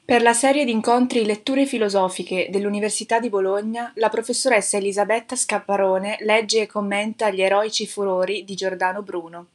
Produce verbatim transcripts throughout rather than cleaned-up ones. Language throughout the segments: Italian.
Per la serie di incontri Letture filosofiche dell'Università di Bologna, la professoressa Elisabetta Scapparone legge e commenta Gli eroici furori di Giordano Bruno.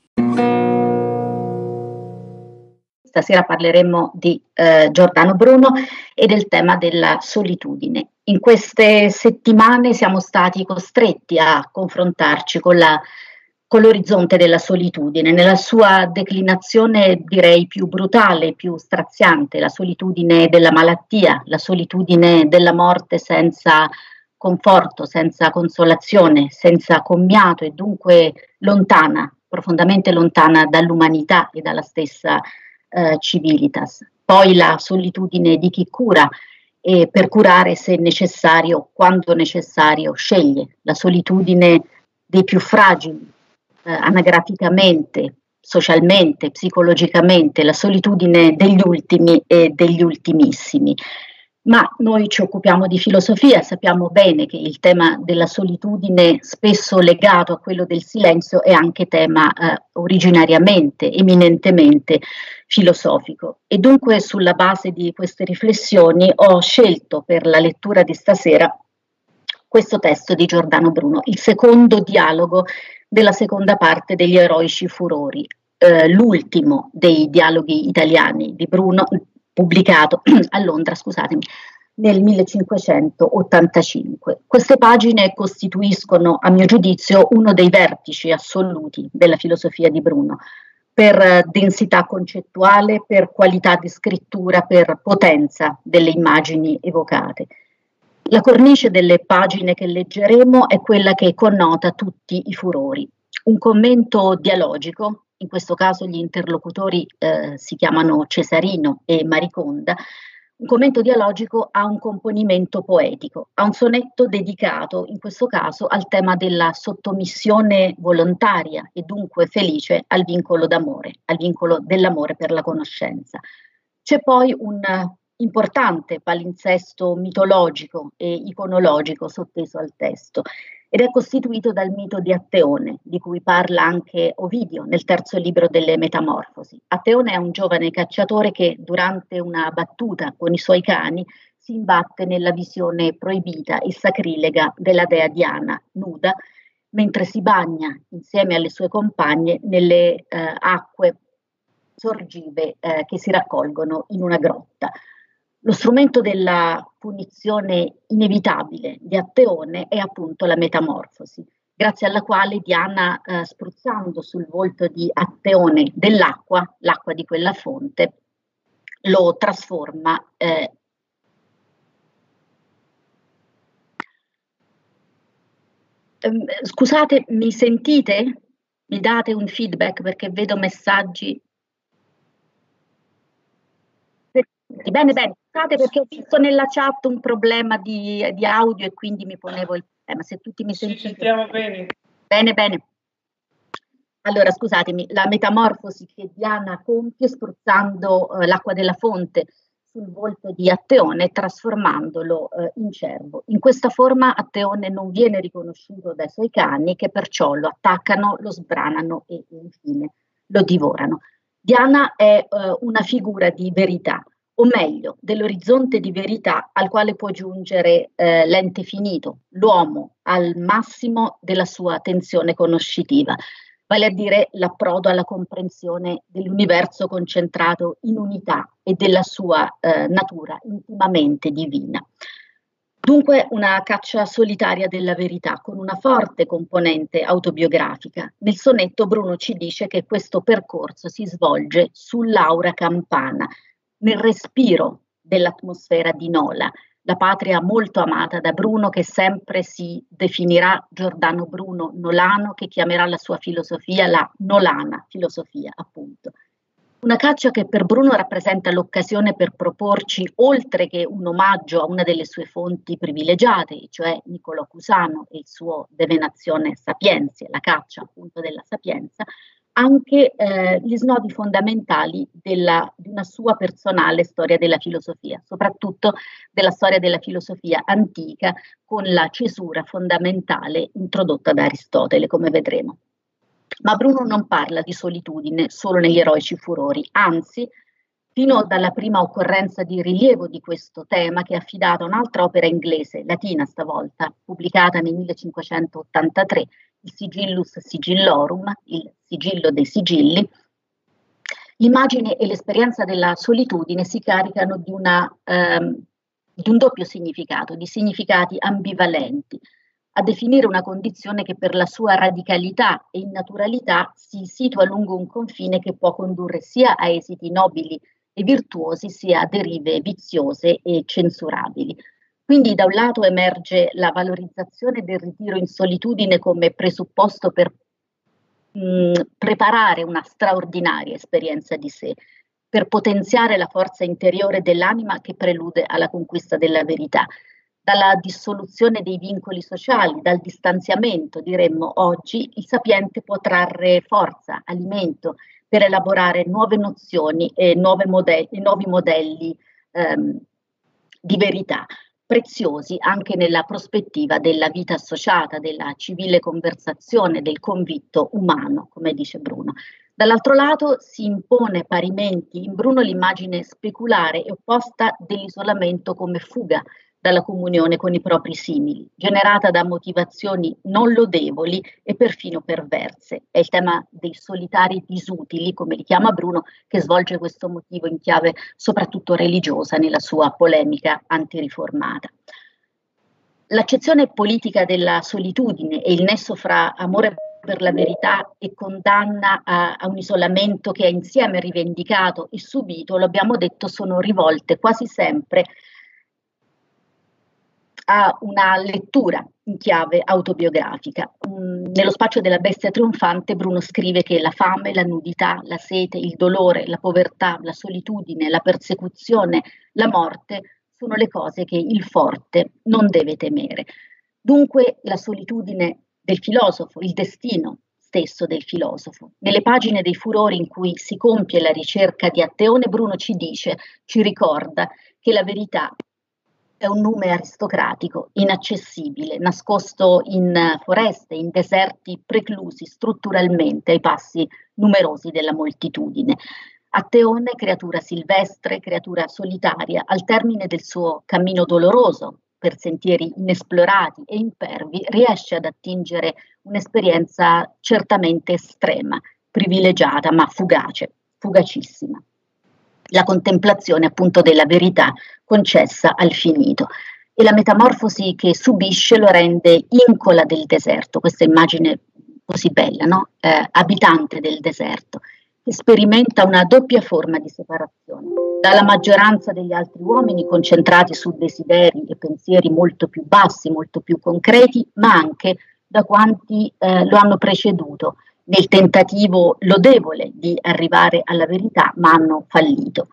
Stasera parleremo di eh, Giordano Bruno e del tema della solitudine. In queste settimane siamo stati costretti a confrontarci con, la, con l'orizzonte della solitudine, nella sua declinazione direi più brutale, più straziante, la solitudine della malattia, la solitudine della morte senza conforto, senza consolazione, senza commiato e dunque lontana, profondamente lontana dall'umanità e dalla stessa Uh, civilitas. Poi la solitudine di chi cura e per curare se necessario, quando necessario, sceglie. La solitudine dei più fragili, uh, anagraficamente, socialmente, psicologicamente, la solitudine degli ultimi e degli ultimissimi. Ma noi ci occupiamo di filosofia, sappiamo bene che il tema della solitudine, spesso legato a quello del silenzio, è anche tema eh, originariamente, eminentemente filosofico. E dunque sulla base di queste riflessioni ho scelto per la lettura di stasera questo testo di Giordano Bruno, il secondo dialogo della seconda parte degli eroici furori, eh, l'ultimo dei dialoghi italiani di Bruno, pubblicato a Londra, scusatemi, nel millecinquecentottantacinque. Queste pagine costituiscono, a mio giudizio, uno dei vertici assoluti della filosofia di Bruno, per densità concettuale, per qualità di scrittura, per potenza delle immagini evocate. La cornice delle pagine che leggeremo è quella che connota tutti i furori. Un commento dialogico, in questo caso gli interlocutori eh, si chiamano Cesarino e Mariconda, un commento dialogico ha un componimento poetico, ha un sonetto dedicato, in questo caso, al tema della sottomissione volontaria e dunque felice al vincolo d'amore, al vincolo dell'amore per la conoscenza. C'è poi un importante palinsesto mitologico e iconologico sotteso al testo ed è costituito dal mito di Atteone, di cui parla anche Ovidio nel terzo libro delle Metamorfosi. Atteone è un giovane cacciatore che durante una battuta con i suoi cani si imbatte nella visione proibita e sacrilega della dea Diana, nuda, mentre si bagna insieme alle sue compagne nelle eh, acque sorgive eh, che si raccolgono in una grotta. Lo strumento della punizione inevitabile di Atteone è appunto la metamorfosi, grazie alla quale Diana, eh, spruzzando sul volto di Atteone dell'acqua, l'acqua di quella fonte, lo trasforma eh, ehm, scusate, mi sentite? Mi date un feedback perché vedo messaggi. Bene, bene, scusate perché ho visto nella chat un problema di, di audio e quindi mi ponevo il problema. Se tutti mi sentite. Ci sentiamo bene. Bene, bene. Allora, scusatemi, la metamorfosi che Diana compie spruzzando eh, l'acqua della fonte sul volto di Atteone, trasformandolo eh, in cervo. In questa forma Atteone non viene riconosciuto dai suoi cani, che perciò lo attaccano, lo sbranano e infine lo divorano. Diana è eh, una figura di verità, o meglio, dell'orizzonte di verità al quale può giungere eh, l'ente finito, l'uomo al massimo della sua tensione conoscitiva, vale a dire l'approdo alla comprensione dell'universo concentrato in unità e della sua eh, natura intimamente divina. Dunque una caccia solitaria della verità con una forte componente autobiografica. Nel sonetto Bruno ci dice che questo percorso si svolge sull'aura campana, nel respiro dell'atmosfera di Nola, la patria molto amata da Bruno, che sempre si definirà Giordano Bruno Nolano, che chiamerà la sua filosofia la Nolana filosofia, appunto. Una caccia che per Bruno rappresenta l'occasione per proporci, oltre che un omaggio a una delle sue fonti privilegiate, cioè Niccolò Cusano e il suo De Venatione Sapientiae, la caccia appunto della sapienza, anche eh, gli snodi fondamentali della, di una sua personale storia della filosofia, soprattutto della storia della filosofia antica, con la cesura fondamentale introdotta da Aristotele, come vedremo. Ma Bruno non parla di solitudine solo negli eroici furori, anzi Perfino dalla prima occorrenza di rilievo di questo tema, che è affidata a un'altra opera inglese, latina stavolta, pubblicata nel millecinquecentottantatré, il Sigillus Sigillorum, il sigillo dei sigilli, l'immagine e l'esperienza della solitudine si caricano di, una, ehm, di un doppio significato, di significati ambivalenti, a definire una condizione che per la sua radicalità e innaturalità si situa lungo un confine che può condurre sia a esiti nobili e virtuosi, sia a derive viziose e censurabili. Quindi da un lato emerge la valorizzazione del ritiro in solitudine come presupposto per mh, preparare una straordinaria esperienza di sé, per potenziare la forza interiore dell'anima che prelude alla conquista della verità. Dalla dissoluzione dei vincoli sociali, dal distanziamento, diremmo oggi, il sapiente può trarre forza, alimento per elaborare nuove nozioni e nuove modelli, nuovi modelli ehm, di verità, preziosi anche nella prospettiva della vita associata, della civile conversazione, del convitto umano, come dice Bruno. Dall'altro lato si impone parimenti in Bruno l'immagine speculare e opposta dell'isolamento come fuga dalla comunione con i propri simili, generata da motivazioni non lodevoli e perfino perverse. È il tema dei solitari disutili, come li chiama Bruno, che svolge questo motivo in chiave soprattutto religiosa nella sua polemica antiriformata. L'accezione politica della solitudine e il nesso fra amore per la verità e condanna a, a un isolamento che è insieme rivendicato e subito, lo abbiamo detto, sono rivolte quasi sempre a una lettura in chiave autobiografica. Um, nello spaccio della bestia trionfante Bruno scrive che la fame, la nudità, la sete, il dolore, la povertà, la solitudine, la persecuzione, la morte sono le cose che il forte non deve temere. Dunque la solitudine del filosofo, il destino stesso del filosofo. Nelle pagine dei furori in cui si compie la ricerca di Atteone, Bruno ci dice, ci ricorda che la verità è un nume aristocratico, inaccessibile, nascosto in foreste, in deserti preclusi strutturalmente ai passi numerosi della moltitudine. Atteone, creatura silvestre, creatura solitaria, al termine del suo cammino doloroso per sentieri inesplorati e impervi, riesce ad attingere un'esperienza certamente estrema, privilegiata ma fugace, fugacissima. La contemplazione appunto della verità concessa al finito. E la metamorfosi che subisce lo rende incola del deserto, questa immagine così bella, no? Eh, abitante del deserto, che sperimenta una doppia forma di separazione, dalla maggioranza degli altri uomini concentrati su desideri e pensieri molto più bassi, molto più concreti, ma anche da quanti eh, lo hanno preceduto nel tentativo lodevole di arrivare alla verità, ma hanno fallito.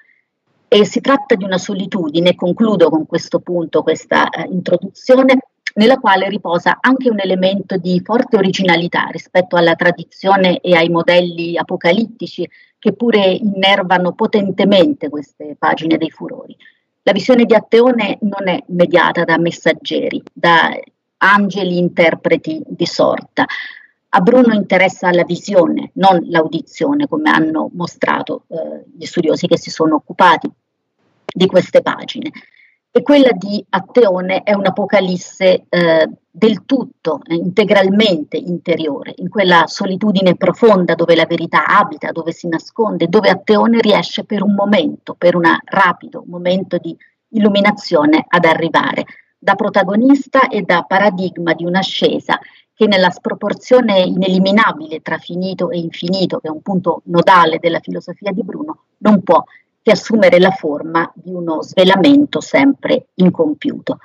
E si tratta di una solitudine, concludo con questo punto, questa eh, introduzione, nella quale riposa anche un elemento di forte originalità rispetto alla tradizione e ai modelli apocalittici che pure innervano potentemente queste pagine dei furori. La visione di Atteone non è mediata da messaggeri, da angeli interpreti di sorta. A Bruno interessa la visione, non l'audizione, come hanno mostrato eh, gli studiosi che si sono occupati di queste pagine. E quella di Atteone è un'apocalisse eh, del tutto, eh, integralmente interiore, in quella solitudine profonda dove la verità abita, dove si nasconde, dove Atteone riesce per un momento, per un rapido momento di illuminazione ad arrivare, da protagonista e da paradigma di un'ascesa che nella sproporzione ineliminabile tra finito e infinito, che è un punto nodale della filosofia di Bruno, non può che assumere la forma di uno svelamento sempre incompiuto.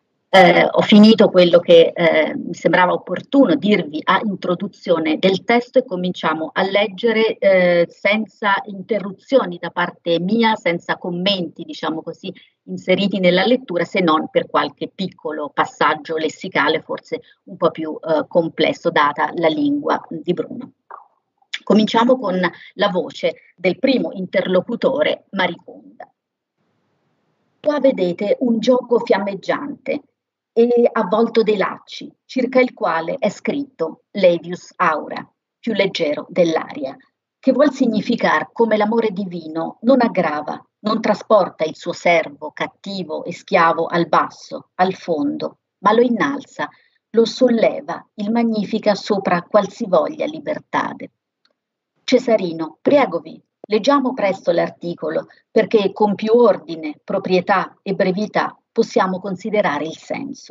Eh, ho finito quello che eh, mi sembrava opportuno dirvi a introduzione del testo e cominciamo a leggere eh, senza interruzioni da parte mia, senza commenti, diciamo così, inseriti nella lettura, se non per qualche piccolo passaggio lessicale, forse un po' più eh, complesso, data la lingua di Bruno. Cominciamo con la voce del primo interlocutore, Mariconda. Qua vedete un gioco fiammeggiante e avvolto dei lacci, circa il quale è scritto Levius Aura, più leggero dell'aria, che vuol significare come l'amore divino non aggrava, non trasporta il suo servo cattivo e schiavo al basso, al fondo, ma lo innalza, lo solleva, il magnifica sopra qualsivoglia libertade. Cesarino, pregovi, leggiamo presto l'articolo, perché con più ordine, proprietà e brevità possiamo considerare il senso.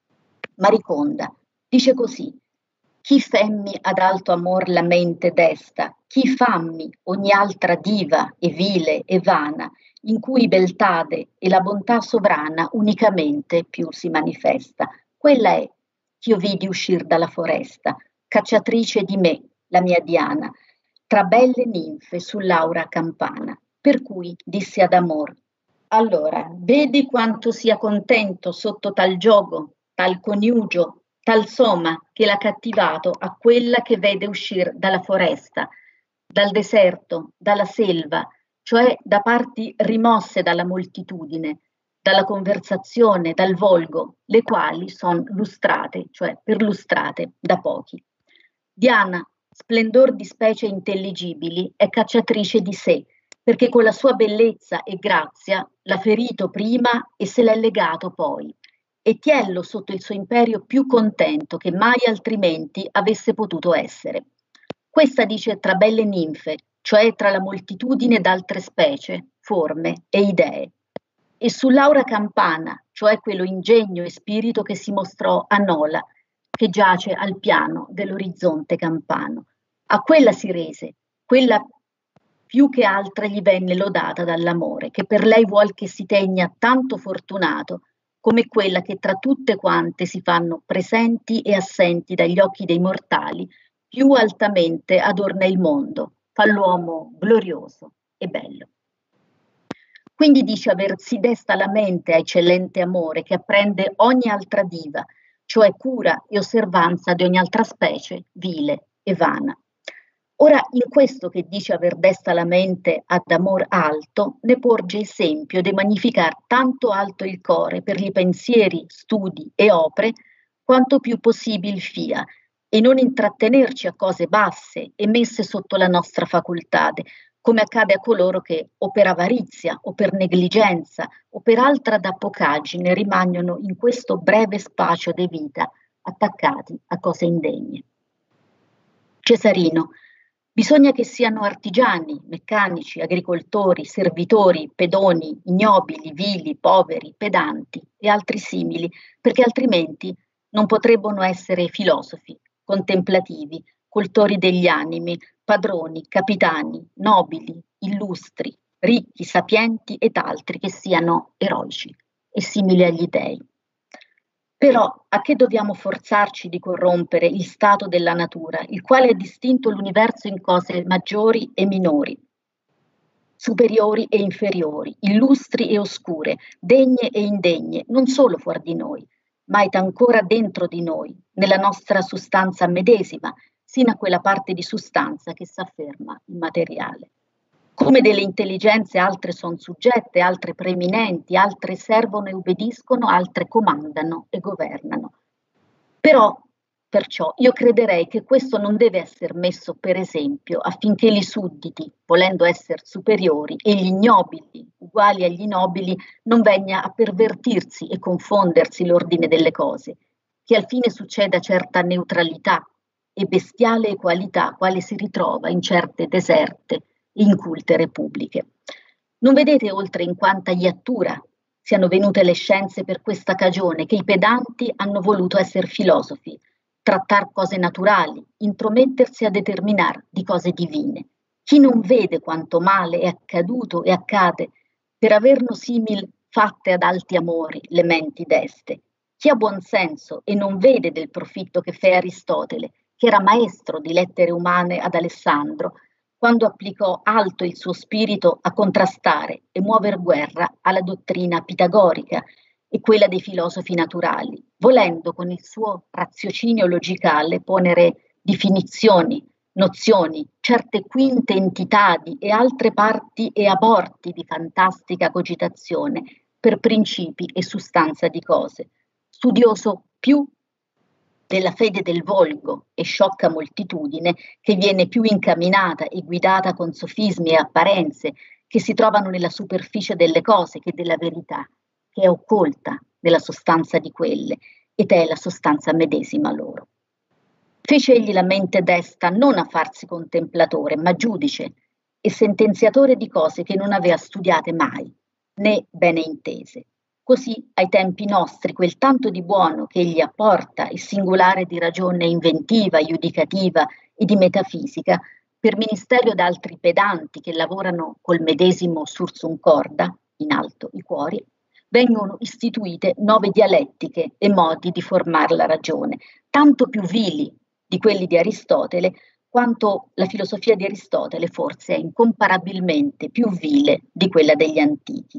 Mariconda dice così: chi femmi ad alto amor la mente desta, chi fammi ogni altra diva e vile e vana, in cui beltade e la bontà sovrana unicamente più si manifesta. Quella è ch'io vidi uscir dalla foresta, cacciatrice di me, la mia Diana, tra belle ninfe sull'aura campana. Per cui disse ad amor: allora, vedi quanto sia contento sotto tal giogo, tal coniugio, tal soma che l'ha cattivato a quella che vede uscir dalla foresta, dal deserto, dalla selva, cioè da parti rimosse dalla moltitudine, dalla conversazione, dal volgo, le quali son lustrate, cioè perlustrate da pochi. Diana, splendor di specie intelligibili, è cacciatrice di sé, perché con la sua bellezza e grazia l'ha ferito prima e se l'è legato poi, e tiello sotto il suo imperio più contento che mai altrimenti avesse potuto essere. Questa dice tra belle ninfe, cioè tra la moltitudine d'altre specie, forme e idee, e sull'aura campana, cioè quello ingegno e spirito che si mostrò a Nola, che giace al piano dell'orizzonte campano. A quella si rese, quella più che altra gli venne lodata dall'amore, che per lei vuol che si tegna tanto fortunato come quella che tra tutte quante si fanno presenti e assenti dagli occhi dei mortali, più altamente adorna il mondo, fa l'uomo glorioso e bello. Quindi dice aversi desta la mente a eccellente amore che apprende ogni altra diva, cioè cura e osservanza di ogni altra specie, vile e vana. Ora, in questo che dice aver desta la mente ad amor alto, ne porge esempio de magnificar tanto alto il core per gli pensieri, studi e opere, quanto più possibil fia, e non intrattenerci a cose basse e messe sotto la nostra facoltade, come accade a coloro che o per avarizia o per negligenza o per altra dappocaggine rimangono in questo breve spazio de vita attaccati a cose indegne. Cesarino, bisogna che siano artigiani, meccanici, agricoltori, servitori, pedoni, ignobili, vili, poveri, pedanti e altri simili, perché altrimenti non potrebbero essere filosofi, contemplativi, cultori degli animi, padroni, capitani, nobili, illustri, ricchi, sapienti ed altri che siano eroici e simili agli dei. Però a che dobbiamo forzarci di corrompere il stato della natura, il quale ha distinto l'universo in cose maggiori e minori, superiori e inferiori, illustri e oscure, degne e indegne, non solo fuori di noi, ma ed ancora dentro di noi, nella nostra sostanza medesima, sino a quella parte di sostanza che s'afferma immateriale. Come delle intelligenze altre sono suggette, altre preeminenti, altre servono e obbediscono, altre comandano e governano. Però, perciò, io crederei che questo non deve essere messo per esempio affinché i sudditi, volendo essere superiori, e gli ignobili, uguali agli nobili, non venga a pervertirsi e confondersi l'ordine delle cose, che al fine succeda certa neutralità e bestiale equalità, quale si ritrova in certe deserte inculte repubbliche. Non vedete oltre in quanta iattura siano venute le scienze per questa cagione, che i pedanti hanno voluto essere filosofi, trattar cose naturali, intromettersi a determinar di cose divine. Chi non vede quanto male è accaduto e accade per averno simil fatte ad alti amori le menti deste? Chi ha buon senso e non vede del profitto che fe Aristotele, che era maestro di lettere umane ad Alessandro, quando applicò alto il suo spirito a contrastare e muover guerra alla dottrina pitagorica e quella dei filosofi naturali, volendo con il suo raziocinio logicale ponere definizioni, nozioni, certe quinte entitadi e altre parti e aborti di fantastica cogitazione per principi e sostanza di cose, studioso più della fede del volgo e sciocca moltitudine che viene più incamminata e guidata con sofismi e apparenze che si trovano nella superficie delle cose che della verità, che è occulta nella sostanza di quelle ed è la sostanza medesima loro. Fece egli la mente desta non a farsi contemplatore, ma giudice e sentenziatore di cose che non aveva studiate mai, né bene intese. Così ai tempi nostri quel tanto di buono che egli apporta e singolare di ragione inventiva, giudicativa e di metafisica, per ministerio d'altri pedanti che lavorano col medesimo sursum corda, in alto i cuori, vengono istituite nuove dialettiche e modi di formar la ragione, tanto più vili di quelli di Aristotele, quanto la filosofia di Aristotele forse è incomparabilmente più vile di quella degli antichi.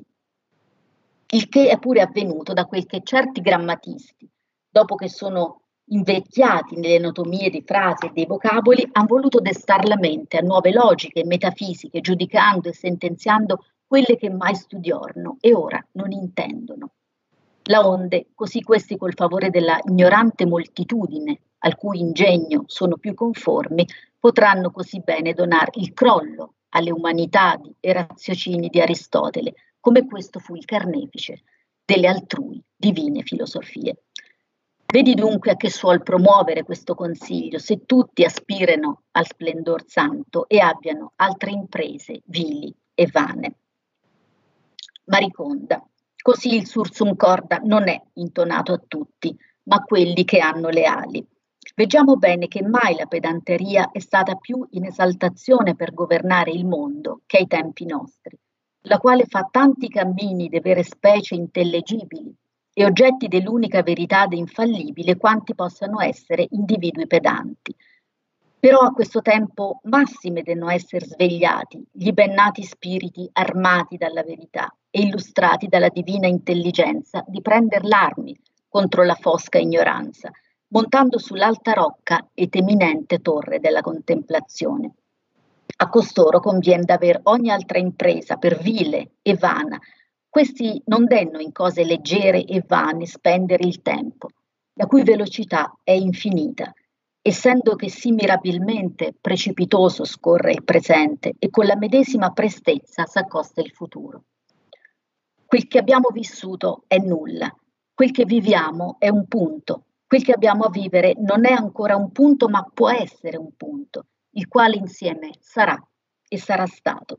Il che è pure avvenuto da quel che certi grammatisti, dopo che sono invecchiati nelle anatomie di frasi e dei vocaboli, hanno voluto destar la mente a nuove logiche e metafisiche, giudicando e sentenziando quelle che mai studiorno e ora non intendono. Laonde, così questi col favore della ignorante moltitudine, al cui ingegno sono più conformi, potranno così bene donar il crollo alle umanitadi e raziocini di Aristotele, come questo fu il carnefice delle altrui divine filosofie. Vedi dunque a che suol promuovere questo consiglio, se tutti aspirano al splendor santo e abbiano altre imprese vili e vane. Mariconda. Così il sursum corda non è intonato a tutti, ma a quelli che hanno le ali. Vediamo bene che mai la pedanteria è stata più in esaltazione per governare il mondo che ai tempi nostri, la quale fa tanti cammini de vere specie intellegibili e oggetti dell'unica verità infallibile quanti possano essere individui pedanti. Però a questo tempo massime devono essere svegliati gli bennati spiriti armati dalla verità e illustrati dalla divina intelligenza di prender l'armi contro la fosca ignoranza, montando sull'alta rocca ed eminente torre della contemplazione. A costoro conviene d'aver ogni altra impresa per vile e vana. Questi non denno in cose leggere e vane spendere il tempo, la cui velocità è infinita, essendo che sì mirabilmente precipitoso scorre il presente e con la medesima prestezza s'accosta il futuro. Quel che abbiamo vissuto è nulla, quel che viviamo è un punto, quel che abbiamo a vivere non è ancora un punto ma può essere un punto, il quale insieme sarà e sarà stato.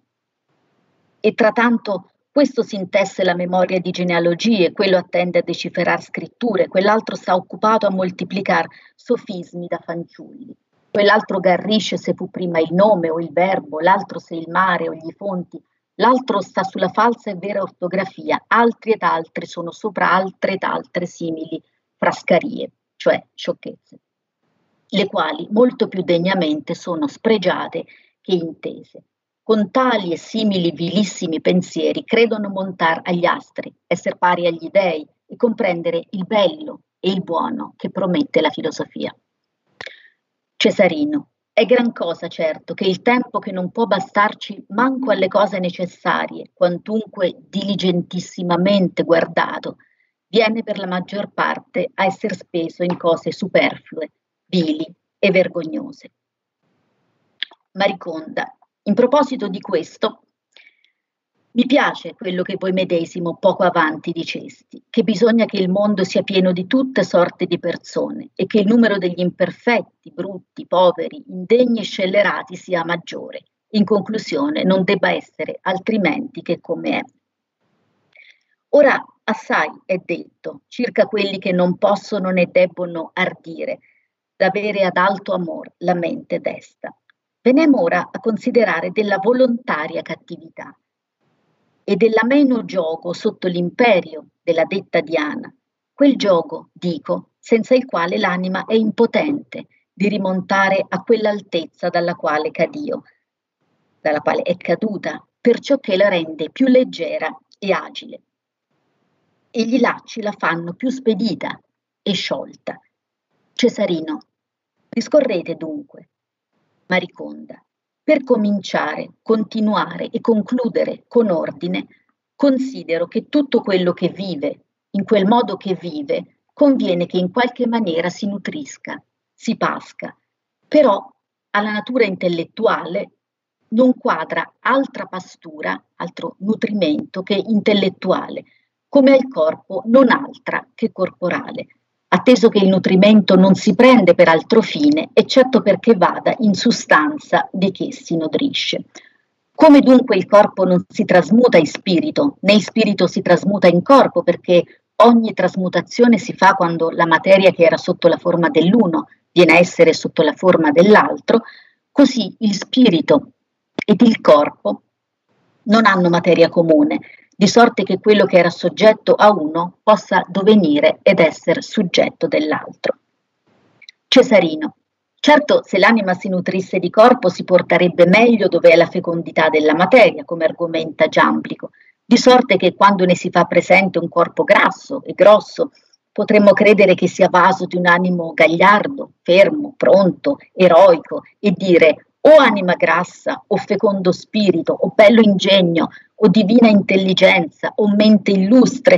E tra tanto questo si intesse la memoria di genealogie, quello attende a decifrar scritture, quell'altro sta occupato a moltiplicar sofismi da fanciulli, quell'altro garrisce se fu prima il nome o il verbo, l'altro se il mare o gli fonti, l'altro sta sulla falsa e vera ortografia, altri ed altri sono sopra altre ed altre simili frascarie, cioè sciocchezze, le quali molto più degnamente sono spregiate che intese. Con tali e simili vilissimi pensieri credono montar agli astri, esser pari agli dei e comprendere il bello e il buono che promette la filosofia. Cesarino, è gran cosa certo che il tempo che non può bastarci manco alle cose necessarie, quantunque diligentissimamente guardato, viene per la maggior parte a esser speso in cose superflue, vili e vergognose. Mariconda. In proposito di questo, mi piace quello che voi medesimo poco avanti dicesti, che bisogna che il mondo sia pieno di tutte sorte di persone e che il numero degli imperfetti, brutti, poveri, indegni e scellerati sia maggiore. In conclusione, non debba essere altrimenti che come è. Ora, assai è detto circa quelli che non possono né debbono ardire, d'avere ad alto amor la mente desta. Veniamo ora a considerare della volontaria cattività e dell'ameno giogo sotto l'imperio della detta Diana, quel giogo, dico, senza il quale l'anima è impotente di rimontare a quell'altezza dalla quale cad'io, dalla quale è caduta, perciò che la rende più leggera e agile. E gli lacci la fanno più spedita e sciolta. Cesarino, discorrete dunque. Mariconda. Per cominciare, continuare e concludere con ordine, considero che tutto quello che vive, in quel modo che vive, conviene che in qualche maniera si nutrisca, si pasca, però alla natura intellettuale non quadra altra pastura, altro nutrimento che intellettuale, come al corpo non altra che corporale, atteso che il nutrimento non si prende per altro fine, eccetto perché vada in sustanza di che si nodrisce. Come dunque il corpo non si trasmuta in spirito, né il spirito si trasmuta in corpo, perché ogni trasmutazione si fa quando la materia che era sotto la forma dell'uno viene a essere sotto la forma dell'altro, così il spirito ed il corpo non hanno materia comune, di sorte che quello che era soggetto a uno possa divenire ed essere soggetto dell'altro. Cesarino. Certo, se l'anima si nutrisse di corpo si porterebbe meglio dove è la fecondità della materia, come argomenta Giamblico, di sorte che quando ne si fa presente un corpo grasso e grosso, potremmo credere che sia vaso di un animo gagliardo, fermo, pronto, eroico, e dire o anima grassa, o fecondo spirito, o bello ingegno, o divina intelligenza, o mente illustre,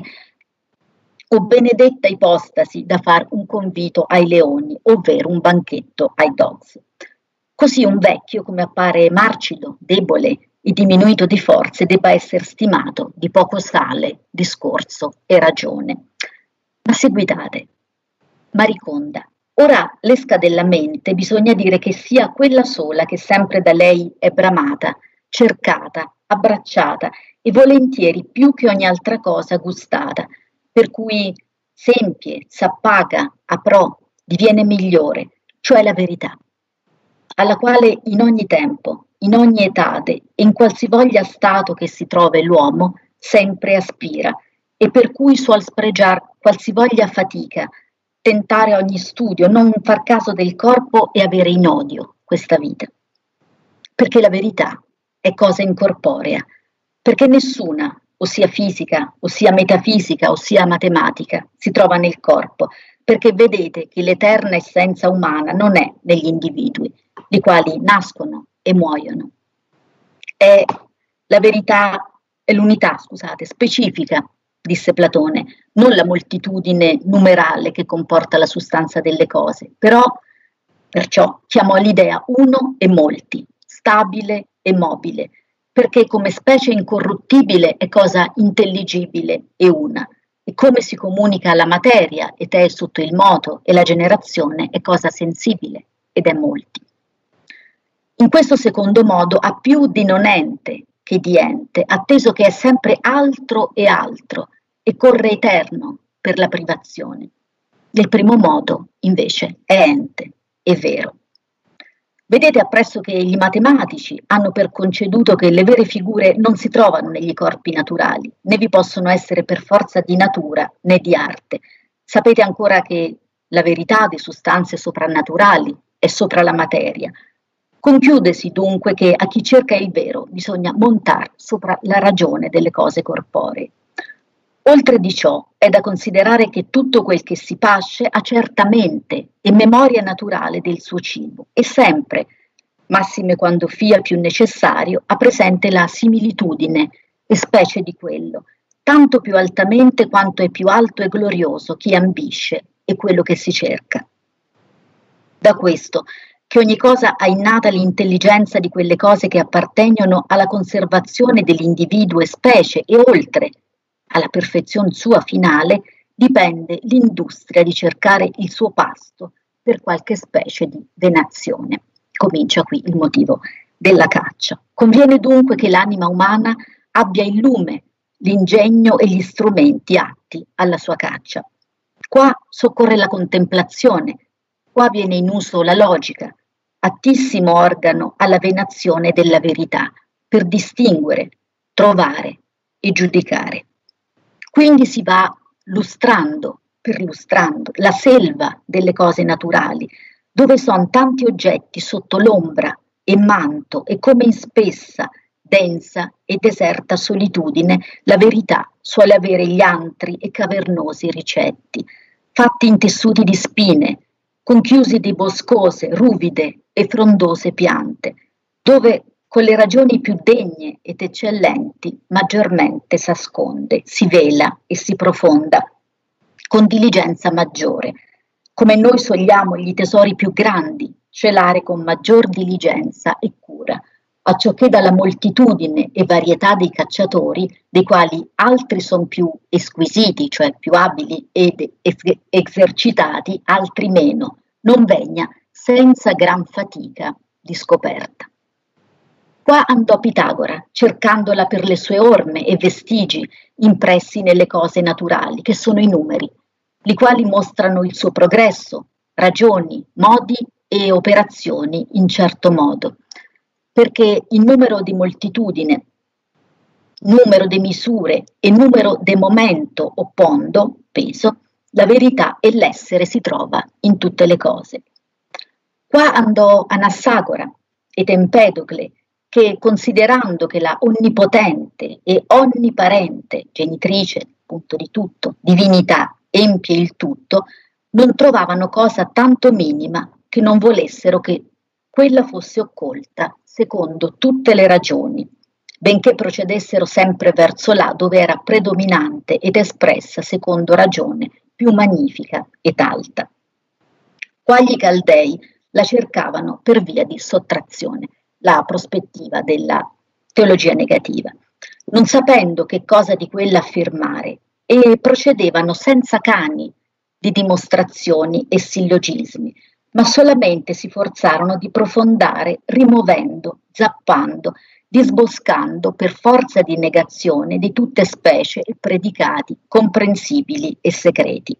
o benedetta ipostasi da far un convito ai leoni, ovvero un banchetto ai dogs. Così un vecchio, come appare marcido, debole e diminuito di forze, debba essere stimato di poco sale, discorso e ragione. Ma seguitate, Mariconda. Ora l'esca della mente bisogna dire che sia quella sola che sempre da lei è bramata, cercata, abbracciata e volentieri più che ogni altra cosa gustata, per cui s'empie, s'appaga, aprò, diviene migliore, cioè la verità, alla quale in ogni tempo, in ogni etade e in qualsivoglia stato che si trove l'uomo, sempre aspira, e per cui suol spregiar qualsivoglia fatica, tentare ogni studio, non far caso del corpo e avere in odio questa vita. Perché la verità è cosa incorporea, perché nessuna, ossia fisica, ossia metafisica, ossia matematica, si trova nel corpo, perché vedete che l'eterna essenza umana non è negli individui, i quali nascono e muoiono. È la verità, è l'unità, scusate, specifica, disse Platone, non la moltitudine numerale che comporta la sostanza delle cose, però perciò chiamò l'idea uno e molti, stabile e mobile, perché come specie incorruttibile è cosa intelligibile e una, e come si comunica alla materia ed è sotto il moto e la generazione è cosa sensibile ed è molti. In questo secondo modo ha più di non ente che di ente, atteso che è sempre altro e altro e corre eterno per la privazione. Nel primo modo, invece, è ente, è vero. Vedete appresso che gli matematici hanno per conceduto che le vere figure non si trovano negli corpi naturali, né vi possono essere per forza di natura né di arte. Sapete ancora che la verità di sostanze soprannaturali è sopra la materia. Conchiudesi dunque che a chi cerca il vero bisogna montare sopra la ragione delle cose corporee. Oltre di ciò è da considerare che tutto quel che si pasce ha certamente e memoria naturale del suo cibo e sempre, massime quando fia più necessario, ha presente la similitudine e specie di quello, tanto più altamente quanto è più alto e glorioso chi ambisce e quello che si cerca. Da questo che ogni cosa ha innata l'intelligenza di quelle cose che appartengono alla conservazione dell'individuo e specie e oltre alla perfezione sua finale dipende l'industria di cercare il suo pasto per qualche specie di venazione. Comincia qui il motivo della caccia. Conviene dunque che l'anima umana abbia il lume, l'ingegno e gli strumenti atti alla sua caccia. Qua soccorre la contemplazione, qua viene in uso la logica, attissimo organo alla venazione della verità, per distinguere, trovare e giudicare. Quindi si va lustrando, perlustrando, la selva delle cose naturali, dove sono tanti oggetti sotto l'ombra e manto e come in spessa, densa e deserta solitudine, la verità suole avere gli antri e cavernosi ricetti, fatti in tessuti di spine, conchiusi di boscose, ruvide e frondose piante, dove con le ragioni più degne ed eccellenti maggiormente s'asconde, si vela e si profonda con diligenza maggiore, come noi sogliamo gli tesori più grandi celare con maggior diligenza e cura, acciò che dalla moltitudine e varietà dei cacciatori, dei quali altri sono più esquisiti, cioè più abili ed es- esercitati, altri meno, non vegna senza gran fatica di scoperta. Qua andò Pitagora, cercandola per le sue orme e vestigi impressi nelle cose naturali, che sono i numeri, i quali mostrano il suo progresso, ragioni, modi e operazioni in certo modo, perché il numero di moltitudine, numero di misure e numero de momento oppondo, peso, la verità e l'essere si trova in tutte le cose. Qua andò Anassagora ed Empedocle, che considerando che la onnipotente e onniparente genitrice, punto di tutto, divinità, empie il tutto, non trovavano cosa tanto minima che non volessero che quella fosse occulta secondo tutte le ragioni, benché procedessero sempre verso là dove era predominante ed espressa secondo ragione più magnifica ed alta. Qua gli Caldei la cercavano per via di sottrazione, la prospettiva della teologia negativa, non sapendo che cosa di quella affermare, e procedevano senza cani di dimostrazioni e sillogismi, ma solamente si forzarono di profondare rimovendo, zappando, disboscando per forza di negazione di tutte specie e predicati comprensibili e segreti.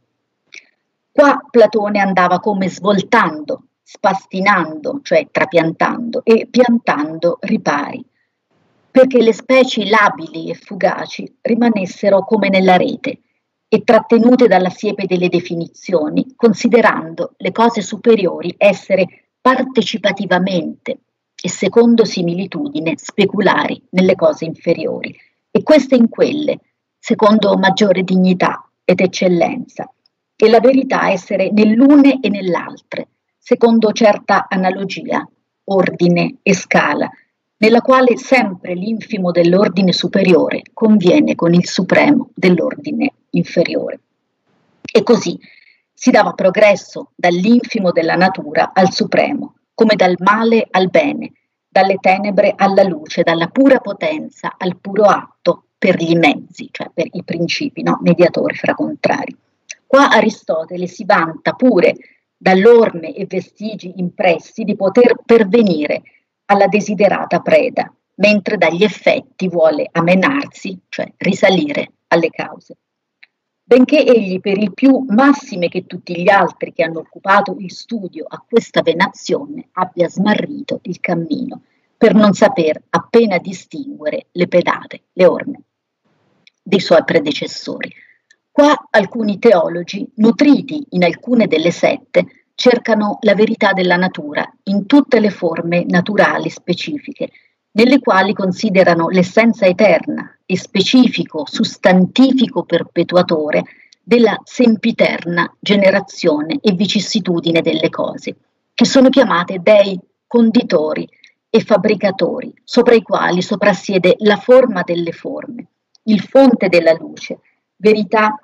Qua Platone andava come svoltando, spastinando, cioè trapiantando, e piantando ripari, perché le specie labili e fugaci rimanessero come nella rete e trattenute dalla siepe delle definizioni, considerando le cose superiori essere partecipativamente e secondo similitudine speculari nelle cose inferiori, e queste in quelle, secondo maggiore dignità ed eccellenza, e la verità essere nell'une e nell'altre, secondo certa analogia, ordine e scala, nella quale sempre l'infimo dell'ordine superiore conviene con il supremo dell'ordine inferiore. E così si dava progresso dall'infimo della natura al supremo, come dal male al bene, dalle tenebre alla luce, dalla pura potenza al puro atto per gli mezzi, cioè per i principi, no? Mediatori fra contrari. Qua Aristotele si vanta pure dall'orme e vestigi impressi di poter pervenire alla desiderata preda, mentre dagli effetti vuole amenarsi, cioè risalire alle cause. Benché egli per il più massime che tutti gli altri che hanno occupato il studio a questa venazione abbia smarrito il cammino, per non saper appena distinguere le pedate, le orme dei suoi predecessori. Qua alcuni teologi, nutriti in alcune delle sette, cercano la verità della natura in tutte le forme naturali specifiche, nelle quali considerano l'essenza eterna e specifico sustantifico perpetuatore della sempiterna generazione e vicissitudine delle cose, che sono chiamate dei conditori e fabbricatori, sopra i quali soprassiede la forma delle forme, il fonte della luce, verità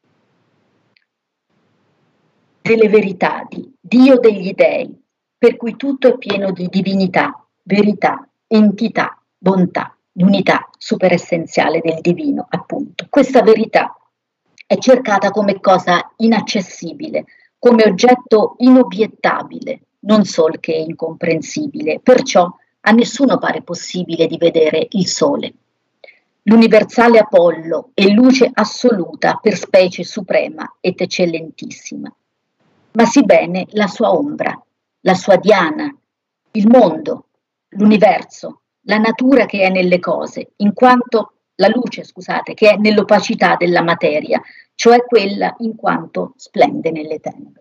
delle verità, di Dio degli dei, per cui tutto è pieno di divinità, verità, entità, bontà, l'unità superessenziale del divino, appunto. Questa verità è cercata come cosa inaccessibile, come oggetto inobiettabile, non sol che incomprensibile, perciò a nessuno pare possibile di vedere il sole. L'universale Apollo è luce assoluta per specie suprema ed eccellentissima, ma sì bene la sua ombra, la sua diana, il mondo, l'universo, la natura che è nelle cose, in quanto la luce, scusate, che è nell'opacità della materia, cioè quella in quanto splende nelle tenebre.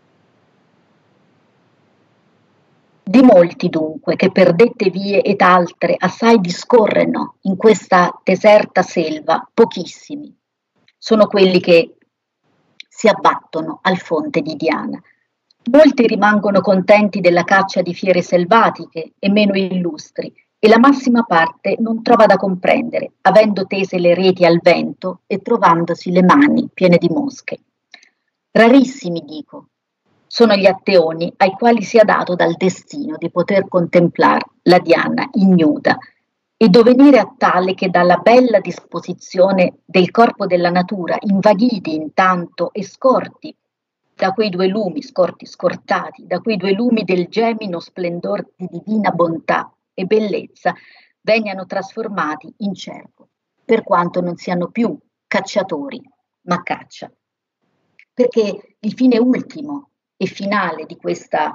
Di molti dunque che per dette vie ed altre assai discorreno in questa deserta selva, pochissimi sono quelli che si abbattono al fonte di Diana. Molti rimangono contenti della caccia di fiere selvatiche e meno illustri, e la massima parte non trova da comprendere, avendo tese le reti al vento e trovandosi le mani piene di mosche. Rarissimi, dico, sono gli atteoni ai quali sia dato dal destino di poter contemplare la Diana ignuda e divenire a tale che dalla bella disposizione del corpo della natura, invaghiti intanto e scorti da quei due lumi, scorti scortati, da quei due lumi del gemino splendor di divina bontà e bellezza, vengano trasformati in cerco, per quanto non siano più cacciatori, ma caccia. Perché il fine ultimo e finale di questa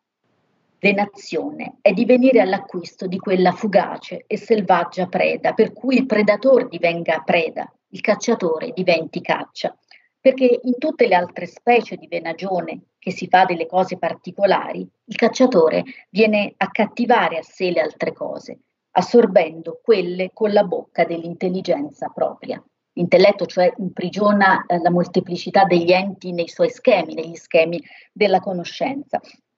venazione è di venire all'acquisto di quella fugace e selvaggia preda, per cui il predatore divenga preda, il cacciatore diventi caccia. Perché in tutte le altre specie di venagione che si fa delle cose particolari, il cacciatore viene a cattivare a sé le altre cose, assorbendo quelle con la bocca dell'intelligenza propria. L'intelletto, cioè, imprigiona eh, la molteplicità degli enti nei suoi schemi, negli schemi della conoscenza.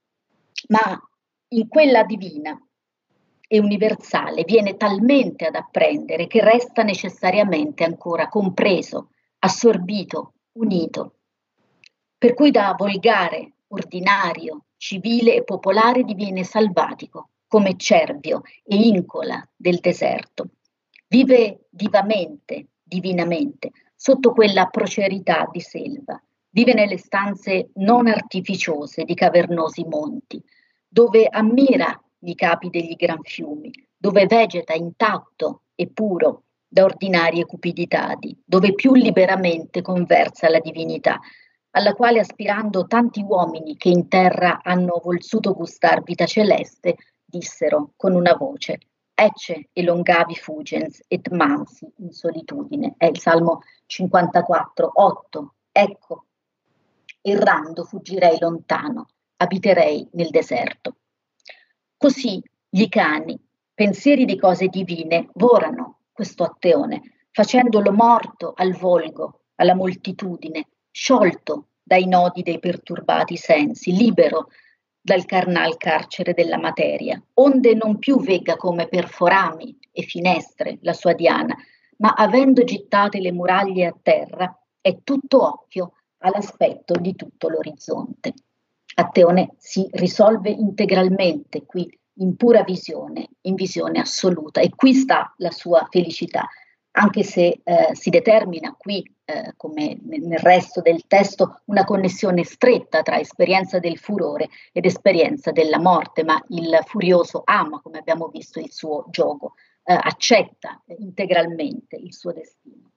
Ma in quella divina e universale viene talmente ad apprendere che resta necessariamente ancora compreso, assorbito, unito. Per cui da volgare, ordinario, civile e popolare diviene salvatico, come cervio e incola del deserto. Vive vivamente, divinamente, sotto quella procerità di selva. Vive nelle stanze non artificiose di cavernosi monti, dove ammira i capi degli gran fiumi, dove vegeta intatto e puro da ordinarie cupiditadi, dove più liberamente conversa la divinità, alla quale aspirando tanti uomini che in terra hanno volsuto gustar vita celeste, dissero con una voce: Ecce elongavi fugens et mansi in solitudine. È il Salmo cinquantaquattro, otto. Ecco, errando fuggirei lontano, abiterei nel deserto. Così gli cani, pensieri di cose divine, vorano questo atteone, facendolo morto al volgo, alla moltitudine, sciolto dai nodi dei perturbati sensi, libero dal carnal carcere della materia, onde non più vegga come per forami e finestre la sua diana, ma avendo gittate le muraglie a terra, è tutto occhio all'aspetto di tutto l'orizzonte. Atteone si risolve integralmente qui, in pura visione, in visione assoluta, e qui sta la sua felicità, anche se eh, si determina qui, eh, come nel resto del testo, una connessione stretta tra esperienza del furore ed esperienza della morte, ma il furioso ama, come abbiamo visto, il suo gioco, eh, accetta integralmente il suo destino.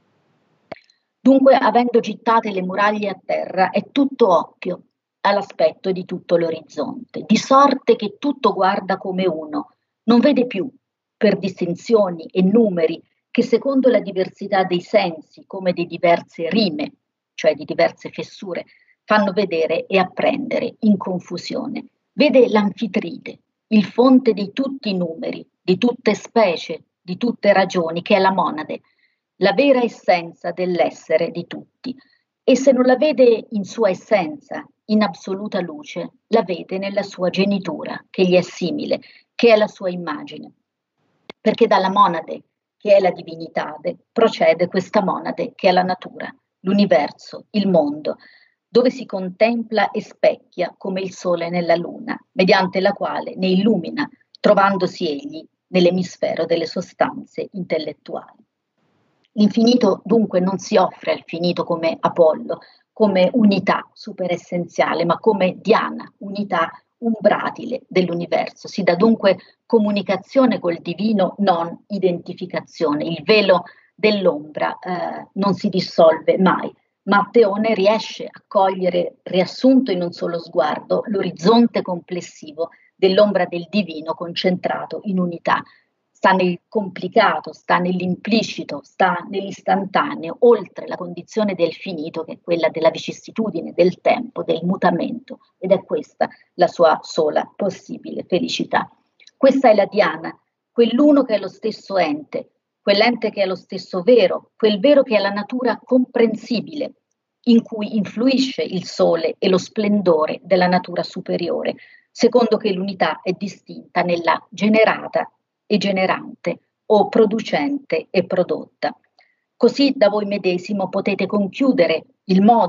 Dunque, avendo gittate le muraglie a terra, è tutto occhio all'aspetto di tutto l'orizzonte, di sorte che tutto guarda come uno, non vede più per distinzioni e numeri che secondo la diversità dei sensi, come di diverse rime, cioè di diverse fessure, fanno vedere e apprendere in confusione. Vede l'anfitride, il fonte di tutti i numeri, di tutte specie, di tutte ragioni, che è la monade, la vera essenza dell'essere di tutti. E se non la vede in sua essenza, in assoluta luce, la vede nella sua genitura, che gli è simile, che è la sua immagine. Perché dalla monade, che è la divinità, procede questa monade, che è la natura, l'universo, il mondo, dove si contempla e specchia come il sole nella luna, mediante la quale ne illumina, trovandosi egli nell'emisfero delle sostanze intellettuali. L'infinito dunque non si offre al finito come Apollo, come unità superessenziale, ma come Diana, unità umbratile dell'universo. Si dà dunque comunicazione col divino, non identificazione. Il velo dell'ombra eh, non si dissolve mai, ma Atteone riesce a cogliere, riassunto in un solo sguardo, l'orizzonte complessivo dell'ombra del divino concentrato in unità. Sta nel complicato, sta nell'implicito, sta nell'istantaneo, oltre la condizione del finito, che è quella della vicissitudine, del tempo, del mutamento, ed è questa la sua sola possibile felicità. Questa è la Diana, quell'uno che è lo stesso ente, quell'ente che è lo stesso vero, quel vero che è la natura comprensibile, in cui influisce il sole e lo splendore della natura superiore, secondo che l'unità è distinta nella generata e generante o producente e prodotta. Così da voi medesimo potete conchiudere il modo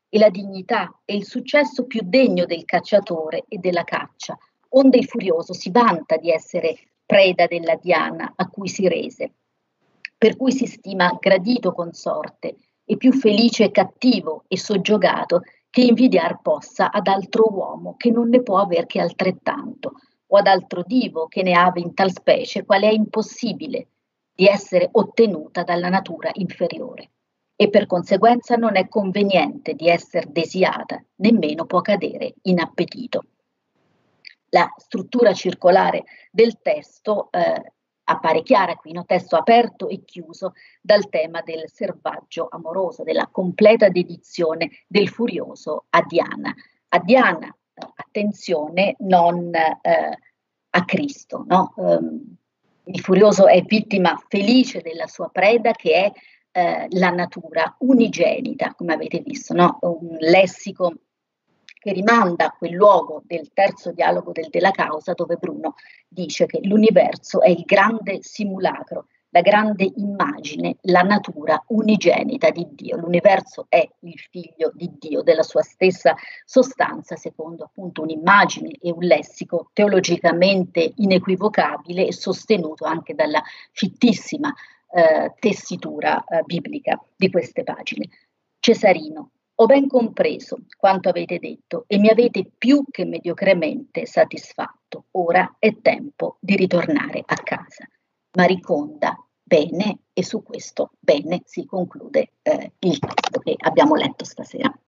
e la dignità e il successo più degno del cacciatore e della caccia, onde il furioso si vanta di essere preda della diana a cui si rese, per cui si stima gradito consorte e più felice e cattivo e soggiogato che invidiar possa ad altro uomo che non ne può aver che altrettanto, o ad altro divo che ne ave in tal specie, quale è impossibile di essere ottenuta dalla natura inferiore, e per conseguenza non è conveniente di essere desiata, nemmeno può cadere in appetito. La struttura circolare del testo eh, appare chiara qui, no? Testo aperto e chiuso dal tema del servaggio amoroso, della completa dedizione del furioso a Diana. A Diana, eh, attenzione, non eh, a Cristo, no? Um, il furioso è vittima felice della sua preda, che è eh, la natura unigenita, come avete visto, no? Un lessico che rimanda a quel luogo del terzo dialogo del Della Causa, dove Bruno dice che l'universo è il grande simulacro, la grande immagine, la natura unigenita di Dio. L'universo è il figlio di Dio, della sua stessa sostanza, secondo appunto un'immagine e un lessico teologicamente inequivocabile e sostenuto anche dalla fittissima eh, tessitura eh, biblica di queste pagine. Cesarino: ho ben compreso quanto avete detto e mi avete più che mediocremente satisfatto. Ora è tempo di ritornare a casa. Mariconda: bene, e su questo bene si conclude eh, il testo che abbiamo letto stasera.